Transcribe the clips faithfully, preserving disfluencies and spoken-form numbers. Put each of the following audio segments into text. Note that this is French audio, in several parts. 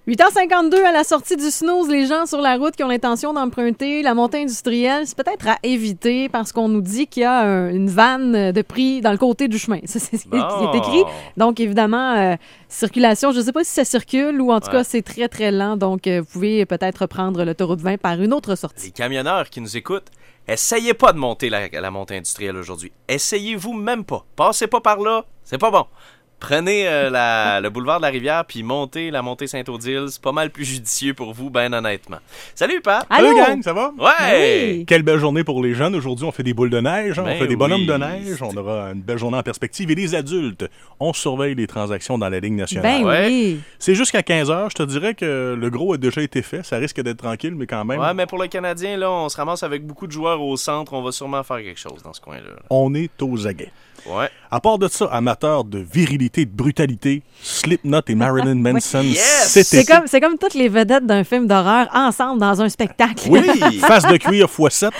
huit heures cinquante-deux à la sortie du snooze, les gens sur la route qui ont l'intention d'emprunter la montée industrielle, c'est peut-être à éviter parce qu'on nous dit qu'il y a un, une vanne de prix dans le côté du chemin. Ça, c'est ce qui est écrit. Donc, évidemment, euh, circulation, je ne sais pas si ça circule ou en tout ouais. cas, c'est très, très lent. Donc, euh, vous pouvez peut-être prendre l'autoroute vingt par une autre sortie. Les camionneurs qui nous écoutent, essayez pas de monter la, la montée industrielle aujourd'hui. Essayez-vous même pas. Passez pas par là, c'est pas bon. Prenez euh, la, le boulevard de la Rivière puis montez la montée Saint-Odile. C'est pas mal plus judicieux pour vous, ben honnêtement. Salut, Pat! Allô, Salut, gang, ça va? Ouais! Oui. Quelle belle journée pour les jeunes. Aujourd'hui, on fait des boules de neige, hein? Ben on fait des oui. bonhommes de neige. On aura une belle journée en perspective. Et les adultes, on surveille les transactions dans la Ligue nationale. Ben ouais. oui! C'est jusqu'à quinze heures. Je te dirais que le gros a déjà été fait. Ça risque d'être tranquille, mais quand même... Ouais, mais pour le Canadien, là, on se ramasse avec beaucoup de joueurs au centre. On va sûrement faire quelque chose dans ce coin-là. Là. On est aux aguets. Ouais. À part de ça, amateur de virilité, de brutalité, Slipknot et Marilyn Manson, yes! c'était... C'est comme, c'est comme toutes les vedettes d'un film d'horreur ensemble dans un spectacle. Oui! Face de cuir fois sept.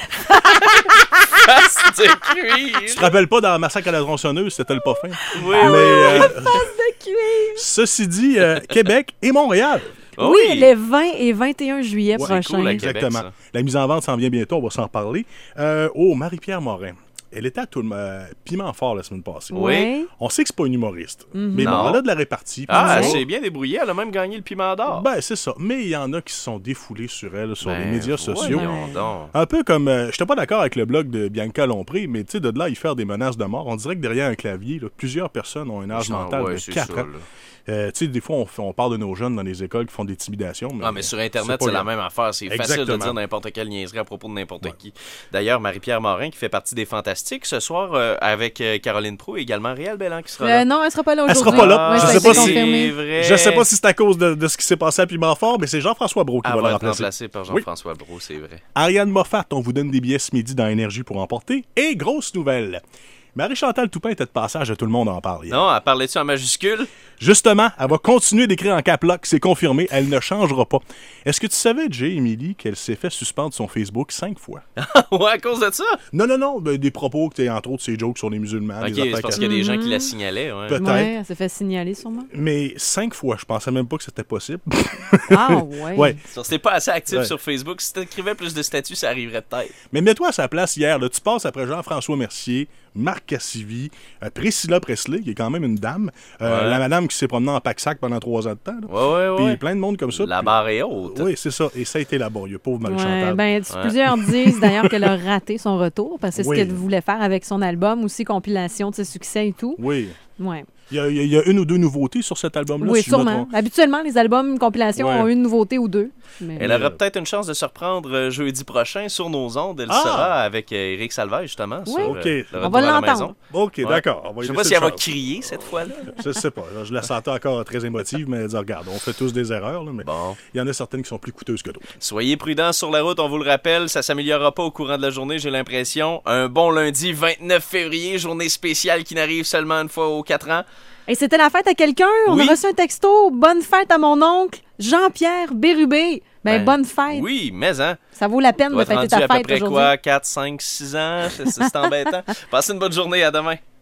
Face de cuir! Tu te rappelles pas dans Massacre à la tronçonneuse, c'était le pas fin? Oui, mais, oui. Euh, Face de cuir! Ceci dit, euh, Québec et Montréal. Oh oui, oui, les vingt et vingt et un juillet ouais, prochains. Cool, exactement. Québec, la mise en vente s'en vient bientôt, on va s'en reparler. Euh, oh, Marie-Pierre Morin. Elle était à tout le euh, piment fort la semaine passée. Oui. On sait que c'est pas une humoriste. Mm-hmm. Mais non. bon, elle a de la répartie. Ah, elle s'est bien débrouillée. Elle a même gagné le piment d'or. Ben, c'est ça. Mais il y en a qui se sont défoulés sur elle, sur ben, les médias sociaux. Donc. Un peu comme... Euh, j'étais pas d'accord avec le blog de Bianca Lompré, mais tu sais, de là, il faire des menaces de mort. On dirait que derrière un clavier, là, plusieurs personnes ont un âge Genre, mental ouais, de quatre ça, ans. Euh, tu sais, des fois, on, fait, on parle de nos jeunes dans les écoles qui font des intimidations. Mais, ah, mais sur Internet, c'est, c'est la même affaire. C'est Exactement. facile de dire n'importe quelle niaiserie à propos de n'importe ouais. qui. D'ailleurs, Marie-Pierre Morin, qui fait partie des Fantastiques, ce soir, euh, avec euh, Caroline Proulx et également Réal Bellan, qui sera euh, là. Non, elle sera pas là aujourd'hui. Elle sera pas là. Ouais, je, sais sais pas si, vrai. je sais pas si c'est à cause de, de ce qui s'est passé à Piment-Fort, mais c'est Jean-François Brault qui Elle va, va le être remplacer. remplacée par Jean-François oui. Brault, c'est vrai. Ariane Moffat, on vous donne des billets ce midi dans Énergie pour emporter. Et grosse nouvelle, Marie-Chantal Toupin était de passage à Tout le monde en parle. Hier. Non, elle parlait-tu en majuscule? Justement, elle va continuer d'écrire en cap-lock, c'est confirmé, elle ne changera pas. Est-ce que tu savais, Jay, Émilie, qu'elle s'est fait suspendre son Facebook cinq fois? Ouais, à cause de ça? Non, non, non, ben, des propos, entre autres, ses jokes sur les musulmans. Ok, des c'est parce qu'il y a des gens qui la signalaient. Ouais. Peut-être. Ouais, elle s'est fait signaler sûrement. Mais cinq fois, je pensais même pas que c'était possible. Ah ouais? Ouais. C'était pas assez actif ouais. sur Facebook. Si t'écrivais plus de statuts, ça arriverait peut-être. Mais mets-toi à sa place hier. Là, tu passes après Jean-François Mercier, Marc Cassivi, euh, Priscilla Presley, qui est quand même une dame, euh, ouais. la madame qui s'est promenée en pack-sac pendant trois ans de temps. Là. Ouais, ouais, Puis ouais. plein de monde comme ça. La puis... barre est haute. Oui, c'est ça. Et ça a été laborieux. Pauvre Marie-Chantal. Ouais, ben, ouais. Plusieurs disent d'ailleurs qu'elle a raté son retour parce que c'est oui. ce qu'elle voulait faire avec son album, aussi compilation de ses succès et tout. Oui. Ouais. Il y, a, il y a une ou deux nouveautés sur cet album-là. Oui, si sûrement. Habituellement, les albums compilation ouais. ont une nouveauté ou deux. Mais... Elle aura peut-être une chance de se reprendre jeudi prochain sur nos ondes. Elle ah! sera avec Éric Salvaille, justement. Oui. Sur, okay. euh, on va l'entendre. OK, ouais. d'accord. On va je sais pas si elle va crier cette fois-là. Je sais pas. Là, je la sentais encore très émotive, mais elle dit, regarde, on fait tous des erreurs, là, mais bon. Il y en a certaines qui sont plus coûteuses que d'autres. Soyez prudents sur la route, on vous le rappelle. Ça s'améliorera pas au courant de la journée, j'ai l'impression. Un bon lundi vingt-neuf février, journée spéciale qui n'arrive seulement une fois aux quatre ans. Et c'était la fête à quelqu'un. On oui. a reçu un texto. Bonne fête à mon oncle, Jean-Pierre Bérubé. Ben, ben, bonne fête. Oui, mais hein. Ça vaut la peine de fêter ta fête aujourd'hui. À peu près quoi, quatre, cinq, six ans? C'est, c'est embêtant. Passez une bonne journée, à demain.